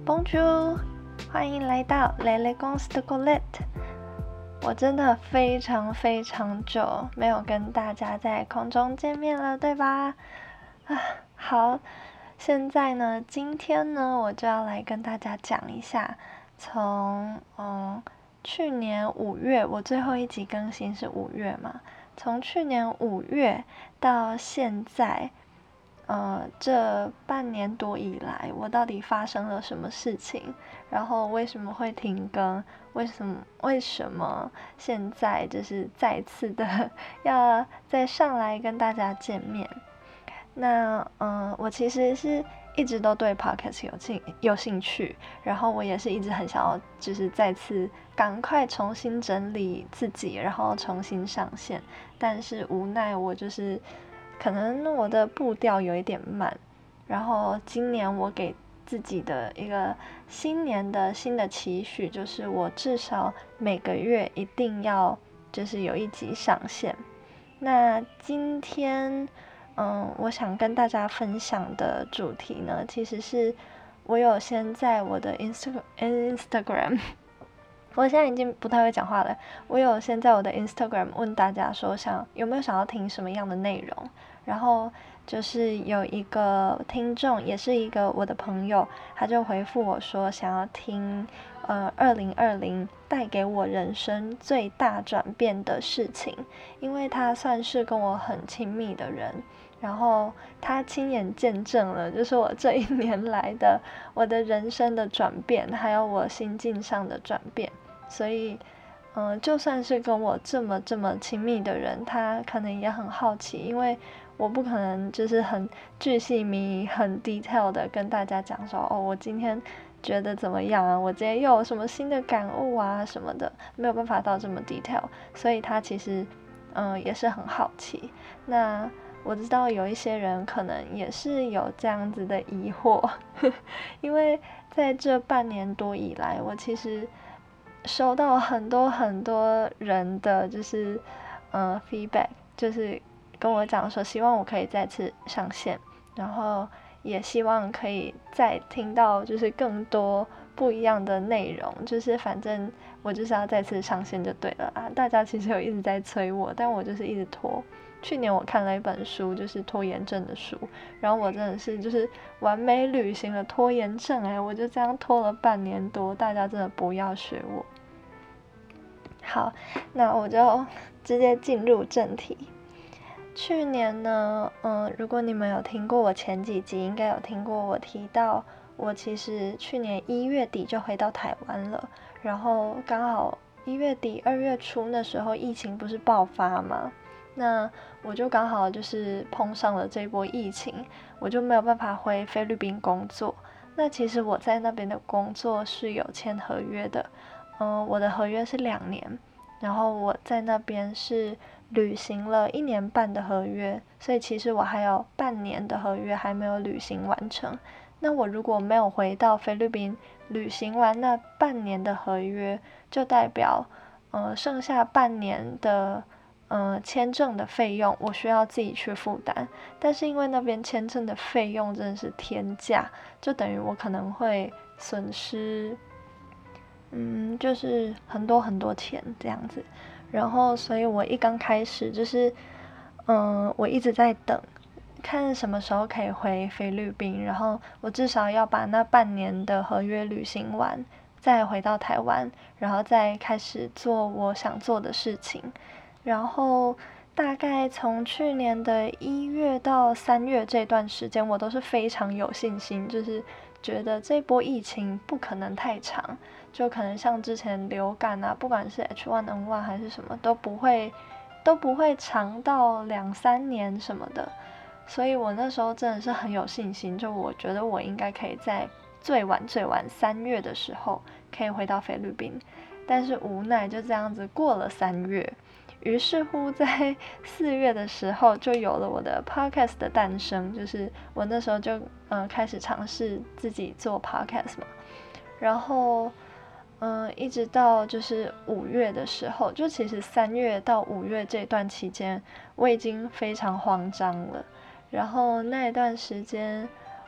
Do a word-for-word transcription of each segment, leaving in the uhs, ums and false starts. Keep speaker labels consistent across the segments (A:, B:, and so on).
A: Bonjour，欢迎来到雷雷公司的 Colette。我真的非常非常久没有跟大家在空中见面了，对吧？啊，好，现在呢，今天呢，我就要来跟大家讲一下，从嗯去年五月，我最后一集更新是五月嘛，从去年五月到现在。呃，这半年多以来，我到底发生了什么事情？然后为什么会停更？为什么为什么现在就是再次的要再上来跟大家见面？那嗯、呃，我其实是一直都对 podcast 有兴有兴趣，然后我也是一直很想要，就是再次赶快重新整理自己，然后重新上线。但是无奈我就是。可能我的步调有一点慢，然后今年我给自己的一个新年的新的期许，就是我至少每个月一定要就是有一集上线。那今天，嗯，我想跟大家分享的主题呢，其实是我有先在我的 Insta Instagram。我现在已经不太会讲话了。我有先在我的 Instagram 问大家说想有没有想要听什么样的内容，然后就是有一个听众，也是一个我的朋友，他就回复我说想要听呃二零二零带给我人生最大转变的事情，因为他算是跟我很亲密的人。然后他亲眼见证了，就是我这一年来的我的人生的转变，还有我心境上的转变。所以，嗯、呃，就算是跟我这么这么亲密的人，他可能也很好奇，因为我不可能就是很巨细靡遗、很 detail 的跟大家讲说，哦，我今天觉得怎么样啊？我今天又有什么新的感悟啊什么的，没有办法到这么 detail，所以他其实，嗯、呃，也是很好奇。那我知道有一些人可能也是有这样子的疑惑，因为在这半年多以来，我其实收到很多很多人的就是嗯、呃、feedback， 就是跟我讲说希望我可以再次上线，然后也希望可以再听到就是更多不一样的内容，就是反正我就是要再次上线就对了啊。大家其实有一直在催我，但我就是一直拖。去年我看了一本书，就是拖延症的书，然后我真的是就是完美履行了拖延症哎，我就这样拖了半年多，大家真的不要学我。好，那我就直接进入正题。去年呢，嗯，如果你们有听过我前几集，应该有听过我提到，我其实去年一月底就回到台湾了，然后刚好一月底二月初那时候疫情不是爆发吗？那我就刚好就是碰上了这波疫情，我就没有办法回菲律宾工作。那其实我在那边的工作是有签合约的，嗯，我的合约是两年，然后我在那边是履行了一年半的合约，所以其实我还有半年的合约还没有履行完成。那我如果没有回到菲律宾履行完那半年的合约，就代表呃剩下半年的呃签证的费用我需要自己去负担。但是因为那边签证的费用真的是天价，就等于我可能会损失嗯就是很多很多钱这样子。然后所以我一刚开始就是嗯我一直在等看什么时候可以回菲律宾，然后我至少要把那半年的合约履行完，再回到台湾，然后再开始做我想做的事情。然后大概从去年的一月到三月这段时间，我都是非常有信心，就是觉得这波疫情不可能太长，就可能像之前流感啊，不管是 H 一 N 一 还是什么，都不会都不会长到两三年什么的。所以我那时候真的是很有信心，就我觉得我应该可以在最晚最晚三月的时候可以回到菲律宾。但是无奈就这样子过了三月，于是乎在四月的时候就有了我的 podcast 的诞生，就是我那时候就嗯、呃、开始尝试自己做 podcast 嘛，然后嗯、呃、一直到就是五月的时候，就其实三月到五月这段期间我已经非常慌张了。然后那一段时间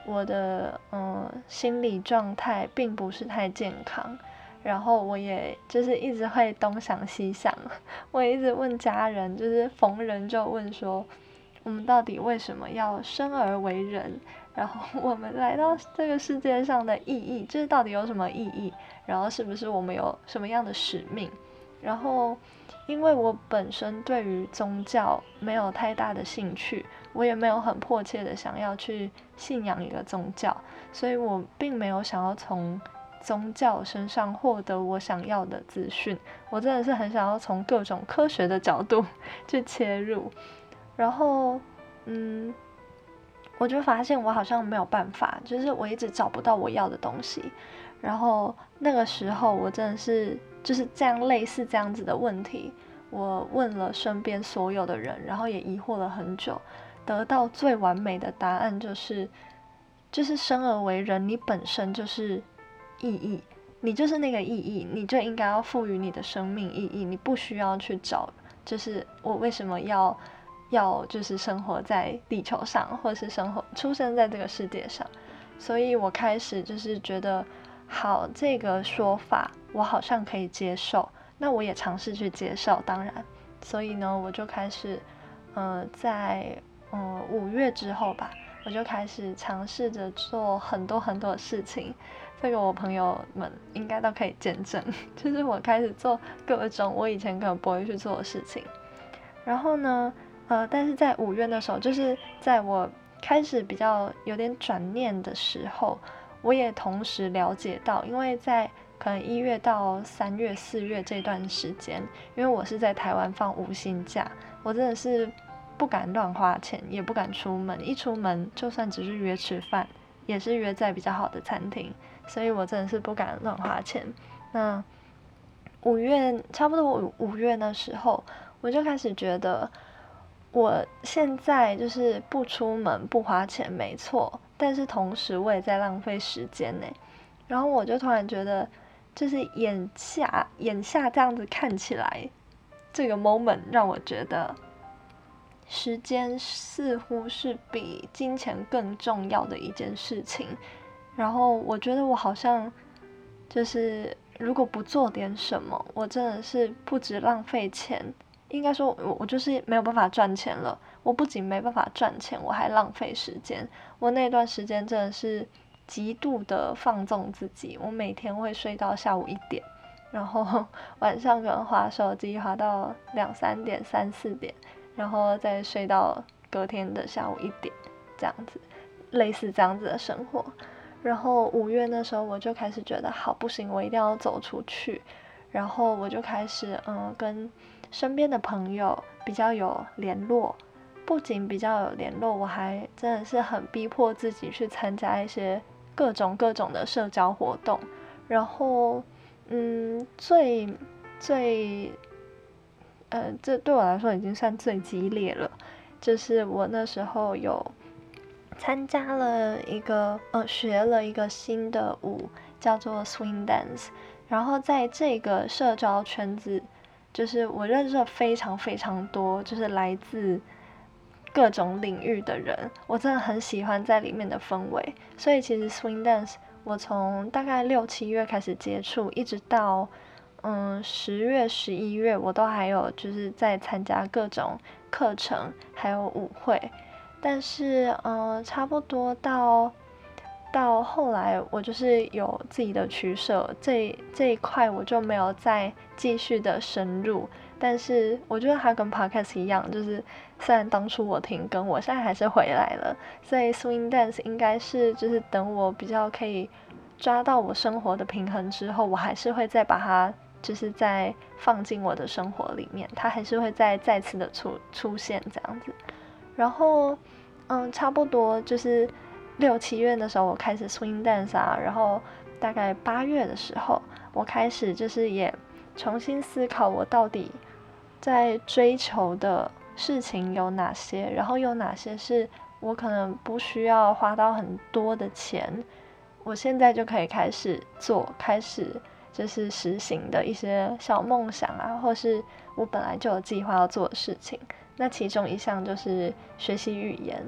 A: 我的嗯心理状态并不是太健康，然后我也就是一直会东想西想，我也一直问家人，就是逢人就问说，我们到底为什么要生而为人？然后我们来到这个世界上的意义，就是到底有什么意义？然后是不是我们有什么样的使命？然后因为我本身对于宗教没有太大的兴趣，我也没有很迫切的想要去信仰一个宗教，所以我并没有想要从宗教身上获得我想要的资讯，我真的是很想要从各种科学的角度去切入。然后嗯我就发现我好像没有办法，就是我一直找不到我要的东西。然后那个时候我真的是就是这样类似这样子的问题，我问了身边所有的人，然后也疑惑了很久，得到最完美的答案就是就是生而为人，你本身就是意义，你就是那个意义，你就应该要赋予你的生命意义，你不需要去找就是我为什么要要就是生活在地球上，或是生活出生在这个世界上。所以我开始就是觉得好，这个说法我好像可以接受，那我也尝试去接受，当然所以呢我就开始呃在嗯五月之后吧，我就开始尝试着做很多很多的事情，这个我朋友们应该都可以见证，就是我开始做各种我以前可能不会去做的事情。然后呢呃，但是在五月的时候，就是在我开始比较有点转念的时候，我也同时了解到，因为在可能一月到三月、四月这段时间，因为我是在台湾放无薪假，我真的是不敢乱花钱，也不敢出门，一出门就算只是约吃饭，也是约在比较好的餐厅，所以我真的是不敢乱花钱。那五月差不多五五月的时候，我就开始觉得，我现在就是不出门不花钱没错，但是同时我也在浪费时间呢。然后我就突然觉得，就是眼下眼下这样子看起来，这个 moment 让我觉得，时间似乎是比金钱更重要的一件事情。然后我觉得我好像就是如果不做点什么，我真的是不止浪费钱，应该说我我就是没有办法赚钱了。我不仅没办法赚钱，我还浪费时间。我那段时间真的是极度的放纵自己，我每天会睡到下午一点，然后晚上可能滑手机滑到两三点、三四点，然后再睡到隔天的下午一点，这样子，类似这样子的生活。然后五月那时候我就开始觉得好不行，我一定要走出去。然后我就开始嗯跟身边的朋友比较有联络，不仅比较有联络，我还真的是很逼迫自己去参加一些各种各种的社交活动。然后嗯最最呃这对我来说已经算最激烈了，就是我那时候有参加了一个呃学了一个新的舞，叫做 swing dance。然后在这个社交圈子，就是我认识了非常非常多就是来自各种领域的人，我真的很喜欢在里面的氛围。所以其实 swing dance 我从大概六七月开始接触，一直到嗯十月十一月，我都还有就是在参加各种课程还有舞会。但是嗯差不多到到后来我就是有自己的取舍，这这一块我就没有再继续的深入。但是我觉得它跟 podcast 一样，就是虽然当初我停更，我现在还是回来了。所以 swing dance 应该是就是等我比较可以抓到我生活的平衡之后，我还是会再把它就是再放进我的生活里面，它还是会再再次的出出现这样子。然后嗯差不多就是六七月的时候我开始 swing dance 啊，然后大概八月的时候我开始就是也重新思考我到底在追求的事情有哪些，然后有哪些是我可能不需要花到很多的钱，我现在就可以开始做，开始就是实行的一些小梦想啊，或是我本来就有计划要做的事情。那其中一项就是学习语言，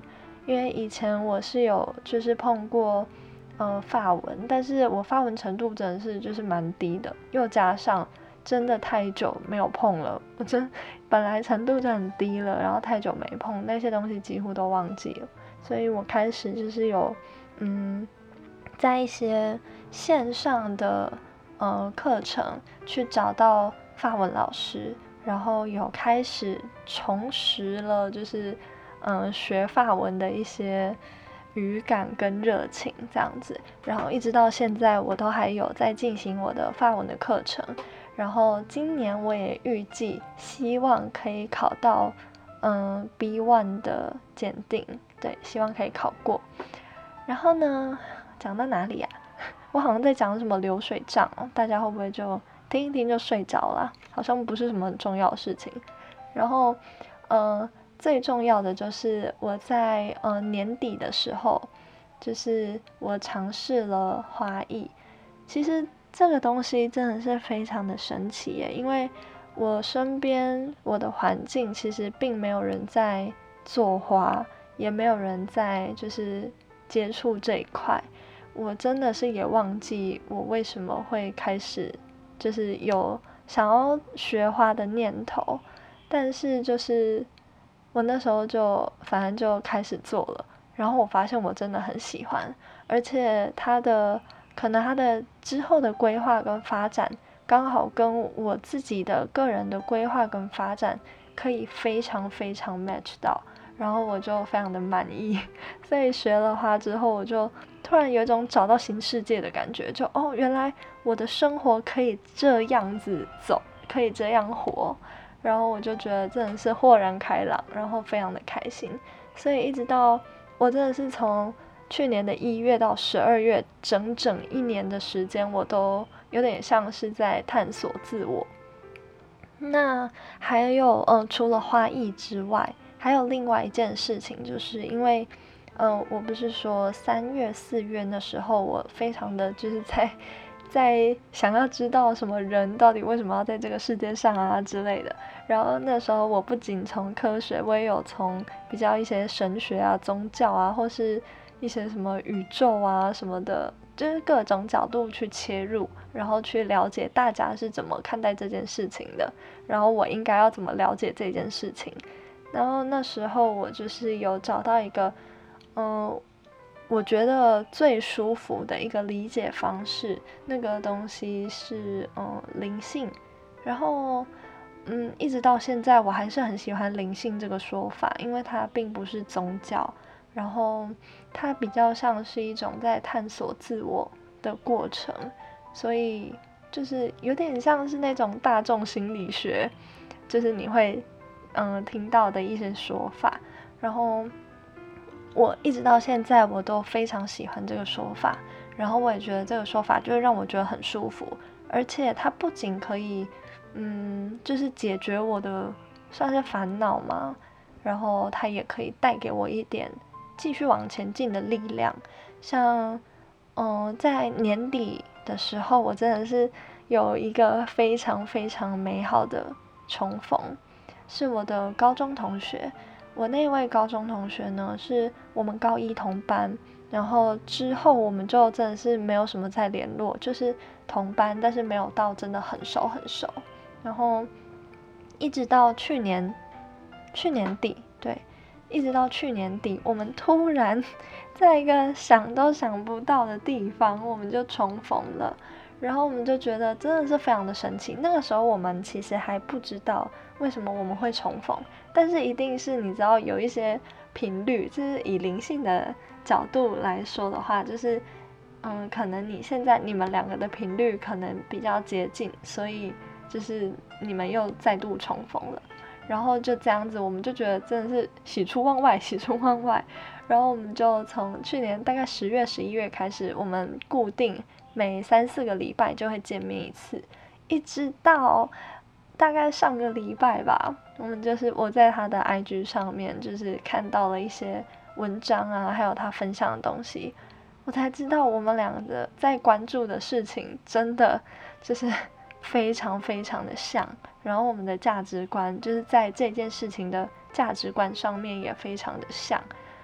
A: 因为以前我是有就是碰过呃法文，但是我法文程度真的是就是蛮低的，又加上真的太久没有碰了，我真本来程度就很低了，然后太久没碰那些东西几乎都忘记了，所以我开始就是有嗯在一些线上的呃课程去找到法文老师，然后有开始重拾了就是嗯、呃、学法文的一些语感跟热情这样子，然后一直到现在我都还有在进行我的法文的课程，然后今年我也预计希望可以考到嗯 B 一 的检定，对，希望可以考过。然后呢，讲到哪里啊？我好像在讲什么流水账哦，大家会不会就听一听就睡着了？好像不是什么很重要的事情。然后，呃，最重要的就是我在呃年底的时候，就是我尝试了花艺。其实这个东西真的是非常的神奇耶，因为我身边我的环境其实并没有人在做花，也没有人在就是接触这一块。我真的是也忘记我为什么会开始就是有想要学花的念头，但是就是我那时候就反正就开始做了，然后我发现我真的很喜欢，而且它的可能它的之后的规划跟发展刚好跟我自己的个人的规划跟发展可以非常非常 match 到，然后我就非常的满意，所以学了花之后我就突然有一种找到新世界的感觉，就哦原来我的生活可以这样子走，可以这样活，然后我就觉得真的是豁然开朗，然后非常的开心，所以一直到我真的是从去年的一月到十二月，整整一年的时间，我都有点像是在探索自我。那还有呃，除了花艺之外，还有另外一件事情，就是因为呃，我不是说三月四月那时候，我非常的就是在在想要知道什么人到底为什么要在这个世界上啊之类的。然后那时候我不仅从科学，我也有从比较一些神学啊、宗教啊，或是一些什么宇宙啊什么的，就是各种角度去切入，然后去了解大家是怎么看待这件事情的，然后我应该要怎么了解这件事情。然后那时候我就是有找到一个，嗯，我觉得最舒服的一个理解方式，那个东西是嗯灵性，然后嗯一直到现在我还是很喜欢灵性这个说法，因为它并不是宗教，然后它比较像是一种在探索自我的过程，所以就是有点像是那种大众心理学，就是你会嗯听到的一些说法，然后我一直到现在我都非常喜欢这个说法，然后我也觉得这个说法就是让我觉得很舒服，而且它不仅可以嗯就是解决我的算是烦恼嘛，然后它也可以带给我一点继续往前进的力量。像嗯在年底的时候，我真的是有一个非常非常美好的重逢，是我的高中同学。我那位高中同学呢，是我们高一同班，然后之后我们就真的是没有什么再联络，就是同班，但是没有到真的很熟很熟。然后一直到去年，去年底，对，一直到去年底，我们突然在一个想都想不到的地方，我们就重逢了。然后我们就觉得真的是非常的神奇。那个时候我们其实还不知道为什么我们会重逢，但是一定是你知道有一些频率，就是以灵性的角度来说的话，就是嗯，可能你现在你们两个的频率可能比较接近，所以就是你们又再度重逢了。然后就这样子，我们就觉得真的是喜出望外，喜出望外。然后我们就从去年大概十月、十一月开始，我们固定每三四个礼拜就会见面一次，一直到大概上个礼拜吧，我们就是我在他的 I G 上面就是看到了一些文章啊，还有他分享的东西，我才知道我们两个在关注的事情真的就是非常非常的像，然后我们的价值观就是在这件事情的价值观上面也非常的像。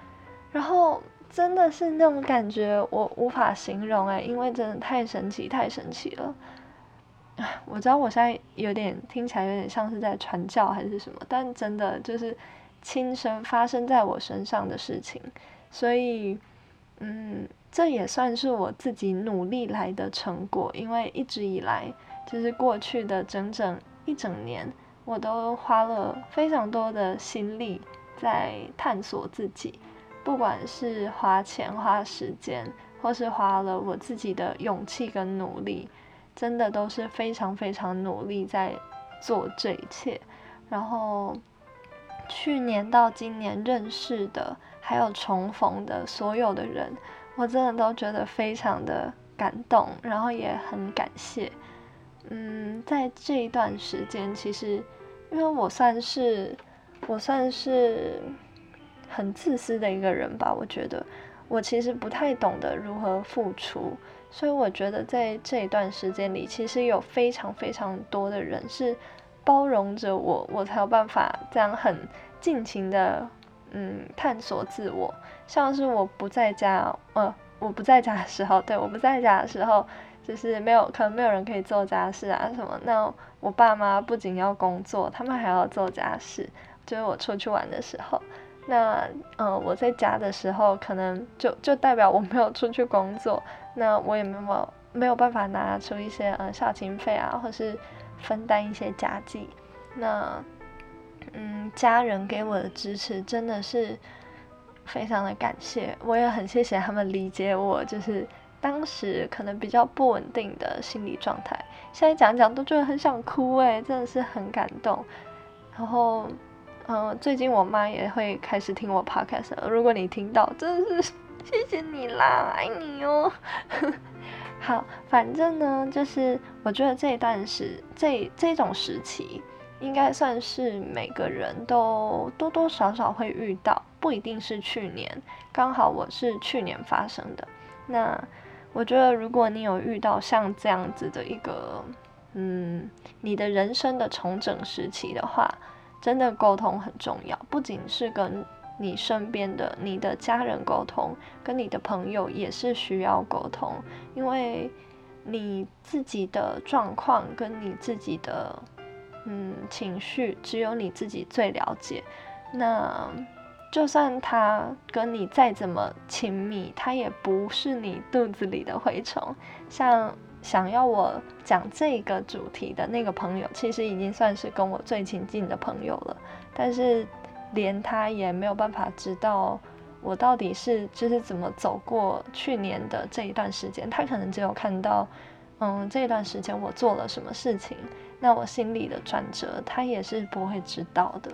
A: 然后真的是那种感觉我无法形容哎，因为真的太神奇太神奇了。我知道我现在有点听起来有点像是在传教还是什么，但真的就是亲身发生在我身上的事情，所以嗯，这也算是我自己努力来的成果，因为一直以来就是过去的整整一整年，我都花了非常多的心力在探索自己，不管是花钱花时间，或是花了我自己的勇气跟努力，真的都是非常非常努力在做这一切。然后去年到今年认识的还有重逢的所有的人，我真的都觉得非常的感动，然后也很感谢。嗯，在这一段时间，其实因为我算是我算是很自私的一个人吧，我觉得我其实不太懂得如何付出，所以我觉得在这一段时间里，其实有非常非常多的人是包容着我，我才有办法这样很尽情的嗯探索自我。像是我不在家，呃，我不在家的时候，对，我不在家的时候，就是没有可能没有人可以做家事啊什么。那我爸妈不仅要工作，他们还要做家事。就是我出去玩的时候，那呃我在家的时候，可能就就代表我没有出去工作，那我也没有没有办法拿出一些呃孝亲费啊，或是分担一些家计。那嗯，家人给我的支持真的是非常的感谢，我也很谢谢他们理解我，就是当时可能比较不稳定的心理状态。现在讲讲都觉得很想哭哎，真的是很感动。然后，嗯、呃，最近我妈也会开始听我 podcast 了，如果你听到，真的是谢谢你啦，爱你哦。好，反正呢，就是我觉得这一段时这这种时期，应该算是每个人都多多少少会遇到，不一定是去年，刚好我是去年发生的。那我觉得，如果你有遇到像这样子的一个，嗯，你的人生的重整时期的话，真的沟通很重要，不仅是跟你身边的你的家人沟通，跟你的朋友也是需要沟通，因为你自己的状况跟你自己的嗯情绪，只有你自己最了解。那就算他跟你再怎么亲密，他也不是你肚子里的蛔虫。像想要我讲这个主题的那个朋友，其实已经算是跟我最亲近的朋友了，但是连他也没有办法知道我到底是就是怎么走过去年的这一段时间。他可能只有看到嗯这一段时间我做了什么事情，那我心里的转折他也是不会知道的。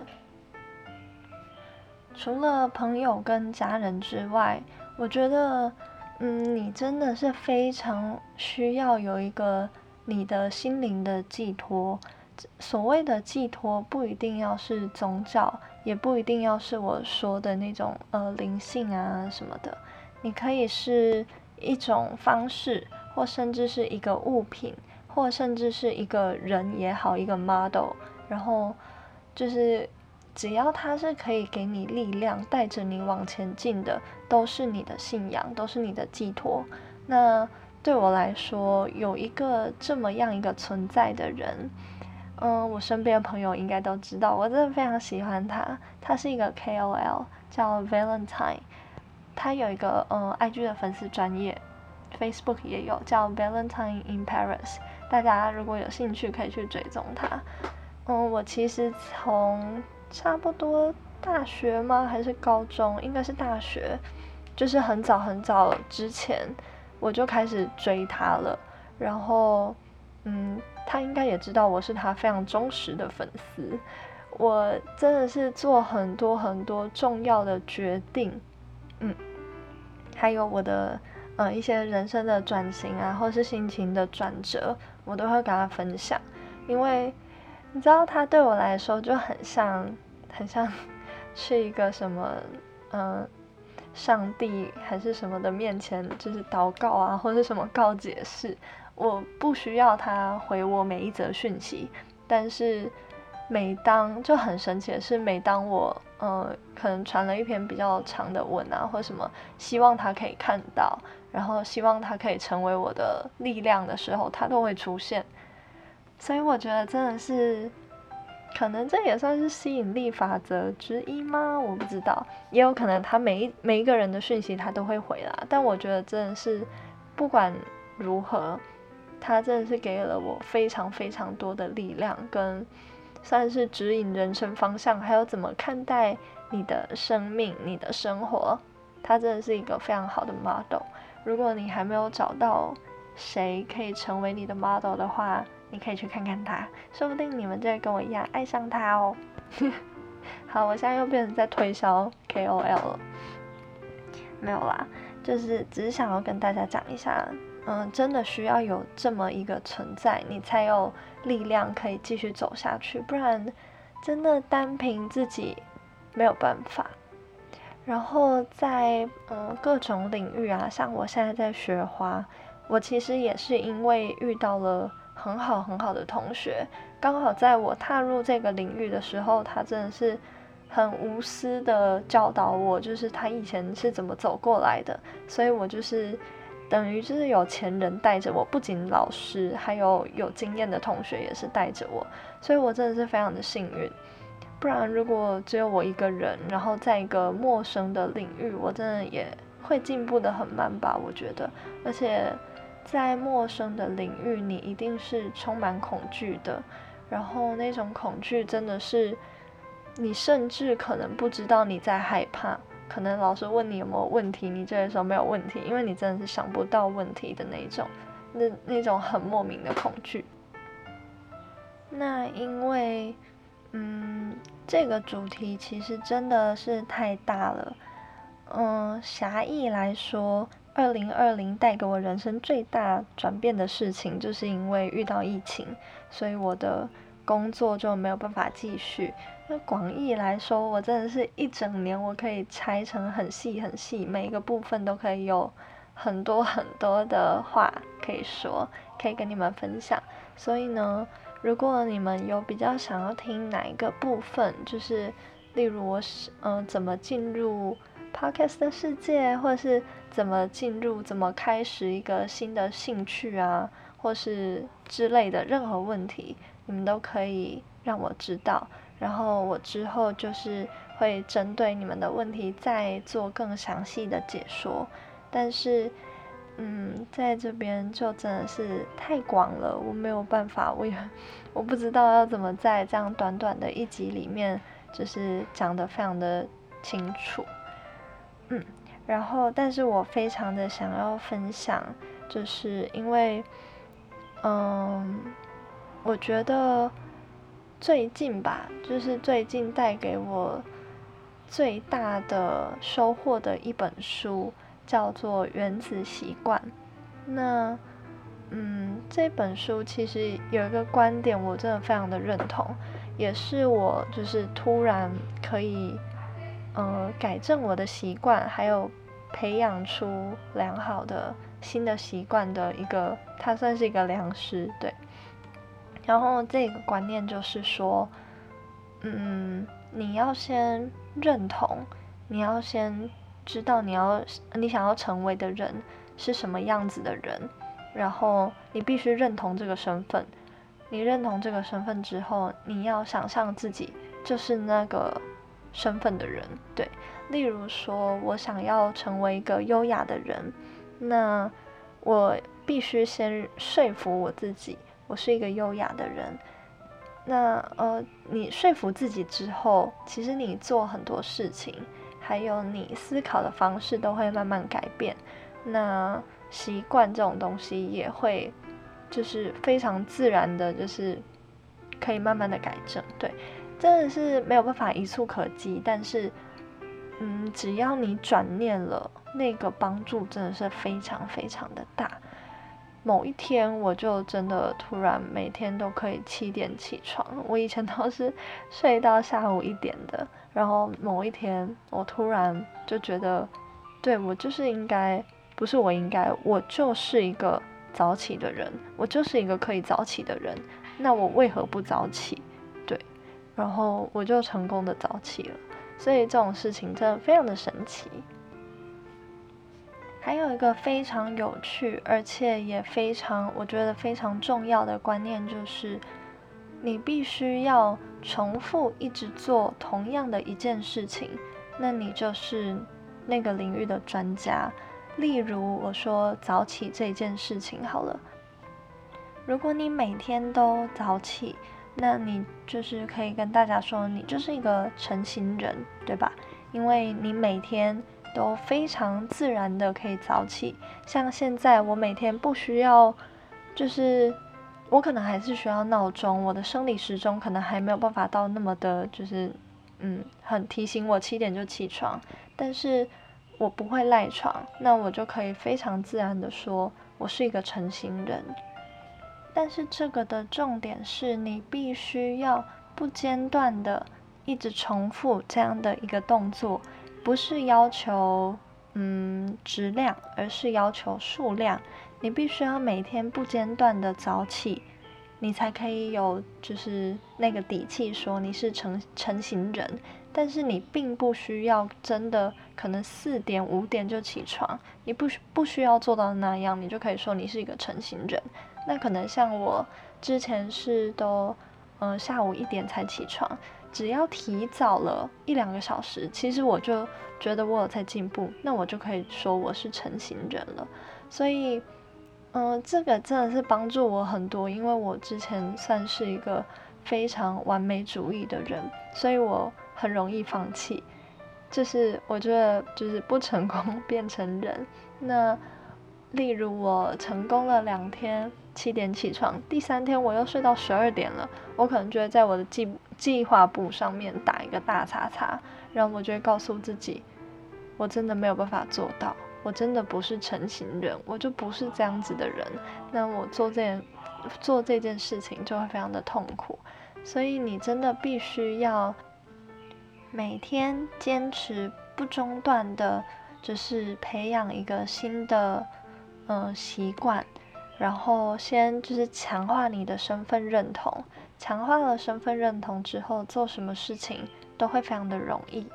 A: 除了朋友跟家人之外，我觉得嗯你真的是非常需要有一个你的心灵的寄托。所谓的寄托不一定要是宗教，也不一定要是我说的那种呃灵性啊什么的，你可以是一种方式，或甚至是一个物品，或甚至是一个人也好，一个 model， 然后就是只要它是可以给你力量，带着你往前进的，都是你的信仰，都是你的寄托。那对我来说，有一个这么样一个存在的人，嗯，我身边的朋友应该都知道，我真的非常喜欢他。他是一个 K O L， 叫 Valentine， 他有一个嗯 I G 的粉丝专页， Facebook 也有，叫 Valentine in Paris。大家如果有兴趣，可以去追踪他。嗯，我其实从差不多大学吗？还是高中？应该是大学，就是很早很早之前我就开始追他了。然后，嗯。他应该也知道我是他非常忠实的粉丝，我真的是做很多很多重要的决定，嗯，还有我的呃一些人生的转型啊，或是心情的转折，我都会跟他分享。因为你知道，他对我来说就很像，很像去一个什么嗯、呃、上帝还是什么的面前，就是祷告啊，或是什么告解式。我不需要他回我每一则讯息，但是每当就很神奇的是，每当我呃可能传了一篇比较长的文啊，或什么，希望他可以看到，然后希望他可以成为我的力量的时候，他都会出现。所以我觉得真的是，可能这也算是吸引力法则之一吗？我不知道，也有可能他每一每一个人的讯息他都会回啦。但我觉得真的是，不管如何，他真的是给了我非常非常多的力量，跟算是指引人生方向，还有怎么看待你的生命、你的生活。他真的是一个非常好的 model。如果你还没有找到谁可以成为你的 model 的话，你可以去看看他，说不定你们就会跟我一样爱上他哦。好，我现在又变成在推销 K O L 了，没有啦，就是只是想要跟大家讲一下，嗯，真的需要有这么一个存在，你才有力量可以继续走下去，不然真的单凭自己没有办法。然后在嗯各种领域啊，像我现在在学花，我其实也是因为遇到了很好很好的同学，刚好在我踏入这个领域的时候，他真的是很无私的教导我，就是他以前是怎么走过来的，所以我就是等于就是有钱人带着我，不仅老师，还有有经验的同学也是带着我，所以我真的是非常的幸运。不然如果只有我一个人，然后在一个陌生的领域，我真的也会进步得很慢吧，我觉得。而且在陌生的领域，你一定是充满恐惧的，然后那种恐惧真的是你甚至可能不知道你在害怕，可能老师问你有没有问题，你这个时候没有问题，因为你真的是想不到问题的那种，那那种很莫名的恐惧。那因为嗯，这个主题其实真的是太大了。嗯，狭义来说，二零二零带给我人生最大转变的事情，就是因为遇到疫情，所以我的工作就没有办法继续。那广义来说，我真的是一整年，我可以拆成很细很细，每一个部分都可以有很多很多的话可以说，可以跟你们分享。所以呢，如果你们有比较想要听哪一个部分，就是例如我是嗯、呃、怎么进入 podcast 的世界，或者是怎么进入怎么开始一个新的兴趣啊，或是之类的任何问题，你们都可以让我知道，然后我之后就是会针对你们的问题再做更详细的解说。但是嗯，在这边就真的是太广了，我没有办法，我也我不知道要怎么在这样短短的一集里面，就是讲得非常的清楚。嗯，然后但是我非常的想要分享，就是因为，嗯，我觉得最近吧，就是最近带给我最大的收获的一本书，叫做《原子习惯》。那，嗯，这本书其实有一个观点，我真的非常的认同，也是我就是突然可以，呃，改正我的习惯，还有培养出良好的新的习惯的一个，它算是一个良师，对。然后这个观念就是说，嗯，你要先认同，你要先知道你要你想要成为的人是什么样子的人，然后你必须认同这个身份。你认同这个身份之后，你要想象自己就是那个身份的人，对。例如说，我想要成为一个优雅的人，那我必须先说服我自己，我是一个优雅的人。那呃，你说服自己之后，其实你做很多事情，还有你思考的方式都会慢慢改变。那习惯这种东西也会，就是非常自然的，就是可以慢慢的改正。对，真的是没有办法一触可及，但是，嗯，只要你转念了，那个帮助真的是非常非常的大。某一天我就真的突然每天都可以七点起床，我以前都是睡到下午一点的，然后某一天我突然就觉得，对，我就是应该，不是我应该，我就是一个早起的人，我就是一个可以早起的人，那我为何不早起？对， 然后我就成功的早起了。所以这种事情真的非常的神奇。还有一个非常有趣，而且也非常我觉得非常重要的观念，就是你必须要重复一直做同样的一件事情，那你就是那个领域的专家。例如我说早起这件事情好了，如果你每天都早起，那你就是可以跟大家说你就是一个晨型人，对吧？因为你每天都非常自然的可以早起。像现在我每天不需要，就是我可能还是需要闹钟，我的生理时钟可能还没有办法到那么的，就是嗯，很提醒我七点就起床，但是我不会赖床，那我就可以非常自然的说我是一个晨型人。但是这个的重点是你必须要不间断的一直重复这样的一个动作，不是要求嗯质量，而是要求数量。你必须要每天不间断的早起，你才可以有就是那个底气说你是成成型人。但是你并不需要真的可能四点五点就起床，你不不需要做到那样，你就可以说你是一个成型人。那可能像我之前是都呃下午一点才起床，只要提早了一两个小时，其实我就觉得我有在进步，那我就可以说我是成型人了。所以嗯、呃，这个真的是帮助我很多，因为我之前算是一个非常完美主义的人，所以我很容易放弃，就是我觉得就是不成功变成人。那例如我成功了两天七点起床，第三天我又睡到十二点了，我可能就会在我的计计划簿上面打一个大叉叉，然后我就会告诉自己，我真的没有办法做到，我真的不是成型人，我就不是这样子的人，那我做这件做这件事情就会非常的痛苦。所以你真的必须要每天坚持不中断的，就是培养一个新的嗯习惯，然后先就是强化你的身份认同，强化了身份认同之后，做什么事情都会非常的容易。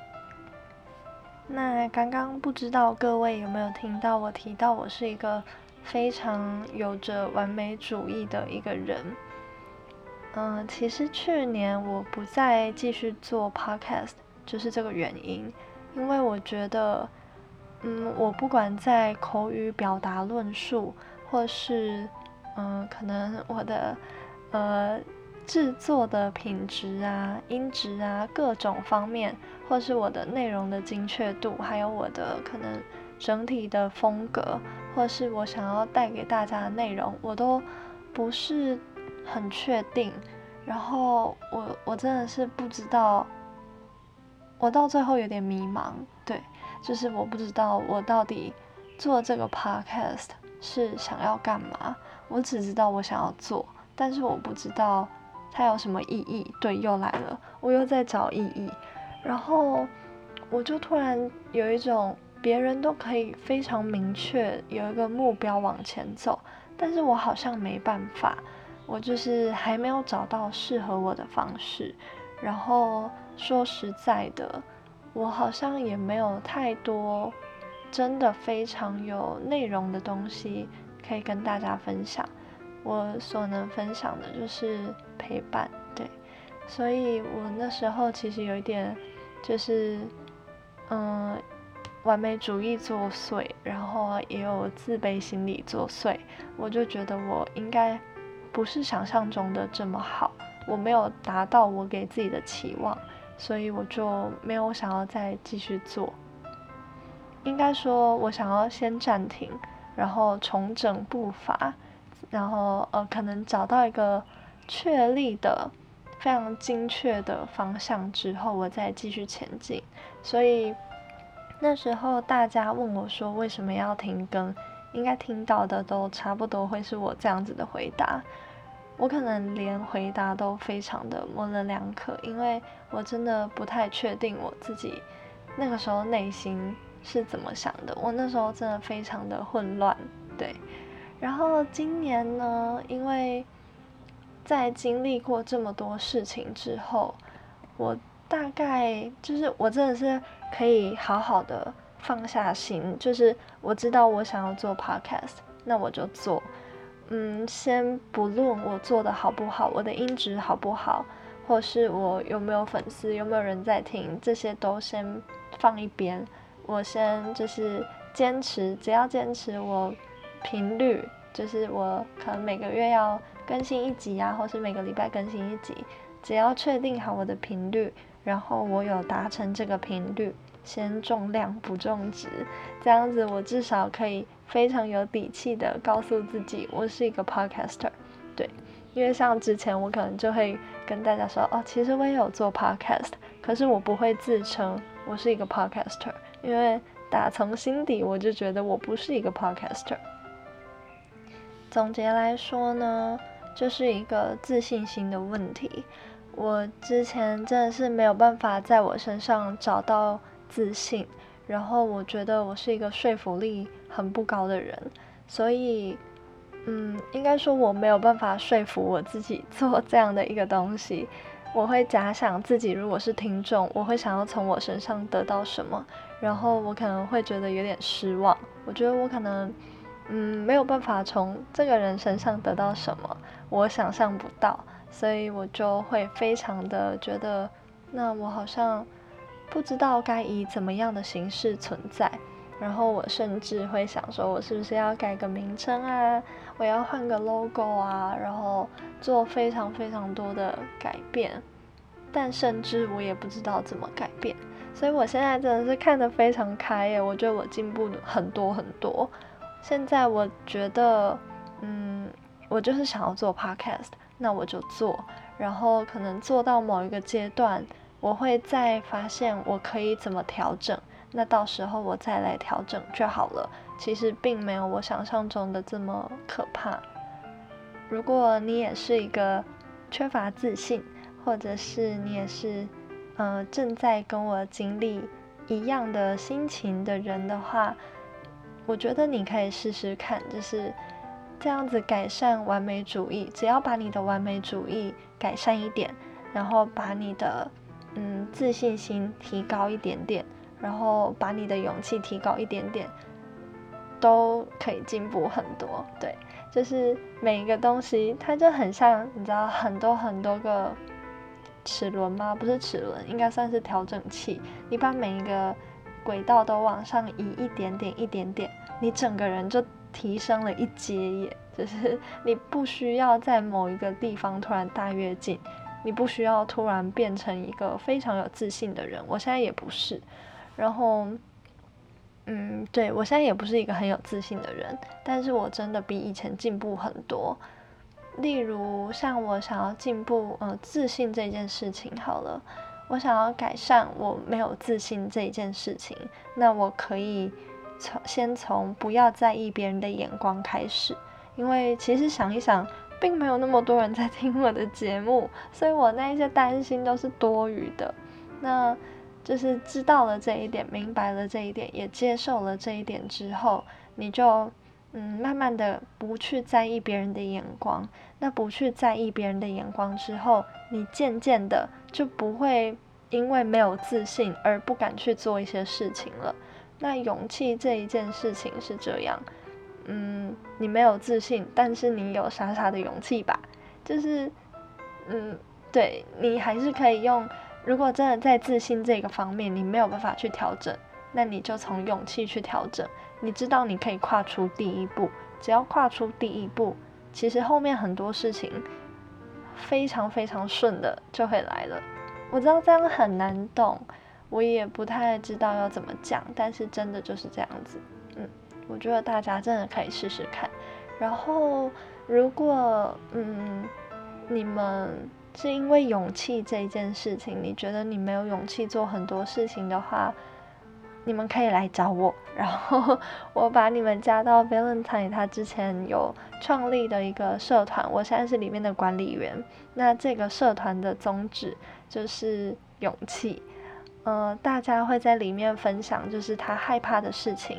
A: 那刚刚不知道各位有没有听到我提到我是一个非常有着完美主义的一个人。嗯、呃，其实去年我不再继续做 podcast， 就是这个原因，因为我觉得，嗯，我不管在口语表达论述，或是嗯、呃，可能我的呃制作的品质啊、音质啊各种方面，或是我的内容的精确度，还有我的可能整体的风格，或是我想要带给大家的内容，我都不是很确定。然后我我真的是不知道，我到最后有点迷茫，对，就是我不知道我到底做这个 podcast 是想要干嘛，我只知道我想要做，但是我不知道它有什么意义。对，又来了，我又在找意义。然后我就突然有一种别人都可以非常明确有一个目标往前走，但是我好像没办法，我就是还没有找到适合我的方式。然后说实在的，我好像也没有太多真的非常有内容的东西可以跟大家分享。我所能分享的就是陪伴，对。所以我那时候其实有一点就是嗯完美主义作祟，然后也有自卑心理作祟，我就觉得我应该不是想象中的这么好，我没有达到我给自己的期望，所以我就没有想要再继续做。应该说我想要先暂停，然后重整步伐，然后呃可能找到一个确立的非常精确的方向之后，我再继续前进。所以那时候大家问我说为什么要停更，应该听到的都差不多会是我这样子的回答。我可能连回答都非常的模棱两可，因为我真的不太确定我自己那个时候内心是怎么想的，我那时候真的非常的混乱，对。然后今年呢，因为在经历过这么多事情之后，我大概就是我真的是可以好好的放下心，就是我知道我想要做 podcast， 那我就做。嗯，先不论我做的好不好，我的音质好不好，或是我有没有粉丝，有没有人在听，这些都先放一边。我先就是坚持，只要坚持我频率，就是我可能每个月要更新一集啊，或是每个礼拜更新一集，只要确定好我的频率，然后我有达成这个频率，先重量不重质，这样子我至少可以非常有底气的告诉自己我是一个 podcaster。 对，因为像之前我可能就会跟大家说，哦，其实我也有做 podcast， 可是我不会自称我是一个 podcaster， 因为打从心底我就觉得我不是一个 podcaster。 总结来说呢，就是一个自信心的问题。我之前真的是没有办法在我身上找到自信，然后我觉得我是一个说服力很不高的人，所以嗯，应该说我没有办法说服我自己做这样的一个东西。我会假想自己如果是听众，我会想要从我身上得到什么，然后我可能会觉得有点失望，我觉得我可能嗯没有办法从这个人身上得到什么，我想象不到，所以我就会非常的觉得，那我好像不知道该以怎么样的形式存在，然后我甚至会想说，我是不是要改个名称啊，我要换个 logo 啊，然后做非常非常多的改变，但甚至我也不知道怎么改变。所以我现在真的是看得非常开耶，我觉得我进步很多很多。现在我觉得嗯，我就是想要做 podcast， 那我就做，然后可能做到某一个阶段，我会再发现我可以怎么调整，那到时候我再来调整就好了。其实并没有我想象中的这么可怕。如果你也是一个缺乏自信，或者是你也是呃正在跟我经历一样的心情的人的话，我觉得你可以试试看，就是这样子改善完美主义。只要把你的完美主义改善一点，然后把你的嗯自信心提高一点点，然后把你的勇气提高一点点，都可以进步很多。对，就是每一个东西它就很像，你知道很多很多个齿轮吗？不是齿轮，应该算是调整器。你把每一个轨道都往上移一点点一点点，你整个人就提升了一阶耶。就是你不需要在某一个地方突然大跃进，你不需要突然变成一个非常有自信的人，我现在也不是。然后嗯，对，我现在也不是一个很有自信的人，但是我真的比以前进步很多。例如像我想要进步呃自信这件事情好了，我想要改善我没有自信这一件事情，那我可以从先从不要在意别人的眼光开始。因为其实想一想，并没有那么多人在听我的节目，所以我那一些担心都是多余的。那就是知道了这一点，明白了这一点，也接受了这一点之后，你就嗯慢慢的不去在意别人的眼光。那不去在意别人的眼光之后，你渐渐的就不会因为没有自信而不敢去做一些事情了。那勇气这一件事情是这样，嗯，你没有自信，但是你有傻傻的勇气吧，就是嗯，对，你还是可以用。如果真的在自信这个方面你没有办法去调整，那你就从勇气去调整。你知道你可以跨出第一步，只要跨出第一步，其实后面很多事情非常非常顺的就会来了。我知道这样很难懂，我也不太知道要怎么讲，但是真的就是这样子。嗯，我觉得大家真的可以试试看。然后如果嗯你们是因为勇气这一件事情，你觉得你没有勇气做很多事情的话，你们可以来找我，然后我把你们加到 Valentine 他之前有创立的一个社团，我现在是里面的管理员。那这个社团的宗旨就是勇气，呃，大家会在里面分享就是他害怕的事情，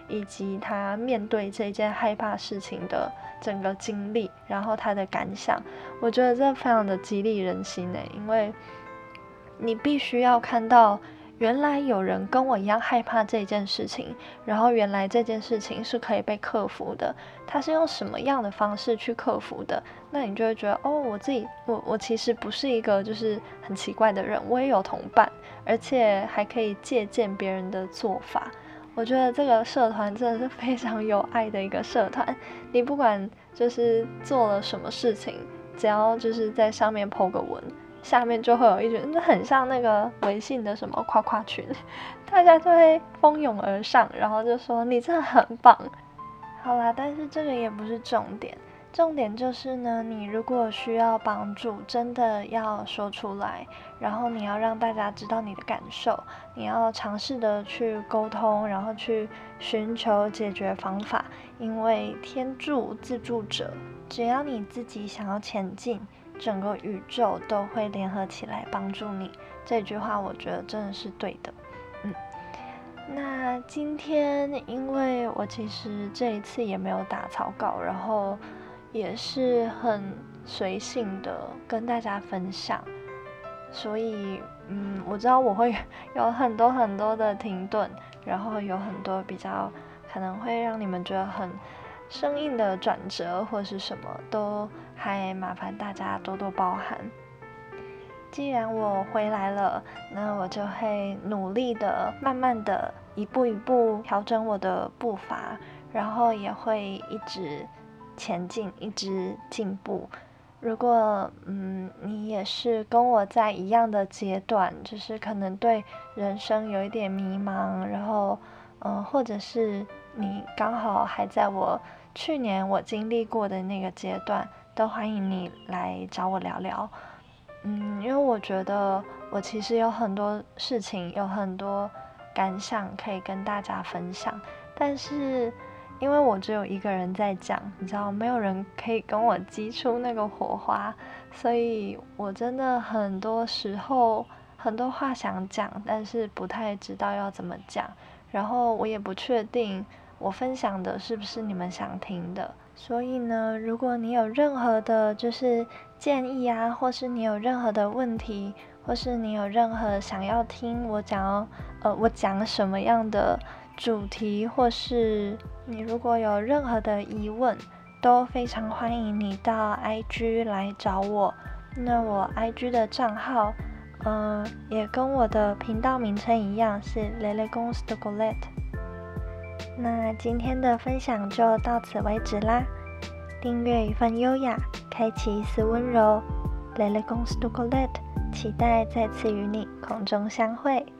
A: 以及他面对这件害怕事情的整个经历，然后他的感想。我觉得这非常的激励人心耶，因为你必须要看到原来有人跟我一样害怕这件事情，然后原来这件事情是可以被克服的，他是用什么样的方式去克服的，那你就会觉得哦，我自己我我其实不是一个就是很奇怪的人，我也有同伴，而且还可以借鉴别人的做法。我觉得这个社团真的是非常有爱的一个社团，你不管就是做了什么事情，只要就是在上面 po 个文，下面就会有一群，很像那个微信的什么夸夸群，大家就会蜂拥而上，然后就说你真的很棒。好啦，但是这个也不是重点，重点就是呢，你如果需要帮助，真的要说出来，然后你要让大家知道你的感受，你要尝试的去沟通，然后去寻求解决方法，因为天助自助者，只要你自己想要前进，整个宇宙都会联合起来帮助你。这句话我觉得真的是对的。嗯，那今天因为我其实这一次也没有打草稿，然后也是很随性的跟大家分享，所以嗯，我知道我会有很多很多的停顿，然后有很多比较可能会让你们觉得很生硬的转折或是什么，都还麻烦大家多多包涵。既然我回来了，那我就会努力的慢慢的一步一步调整我的步伐，然后也会一直前进，一直进步。如果嗯你也是跟我在一样的阶段，就是可能对人生有一点迷茫，然后嗯或者是你刚好还在我去年我经历过的那个阶段，都欢迎你来找我聊聊。嗯，因为我觉得我其实有很多事情，有很多感想可以跟大家分享，但是因为我只有一个人在讲，你知道，没有人可以跟我激出那个火花，所以我真的很多时候很多话想讲，但是不太知道要怎么讲，然后我也不确定我分享的是不是你们想听的。所以呢，如果你有任何的就是建议啊，或是你有任何的问题，或是你有任何想要听我讲呃我讲什么样的主题，或是你如果有任何的疑问，都非常欢迎你到 I G 来找我。那我 I G 的账号呃也跟我的频道名称一样，是 Les Légences de Colette。那今天的分享就到此为止啦。订阅一份优雅，开启一丝温柔。Les Légences de Colette，期待再次与你空中相会。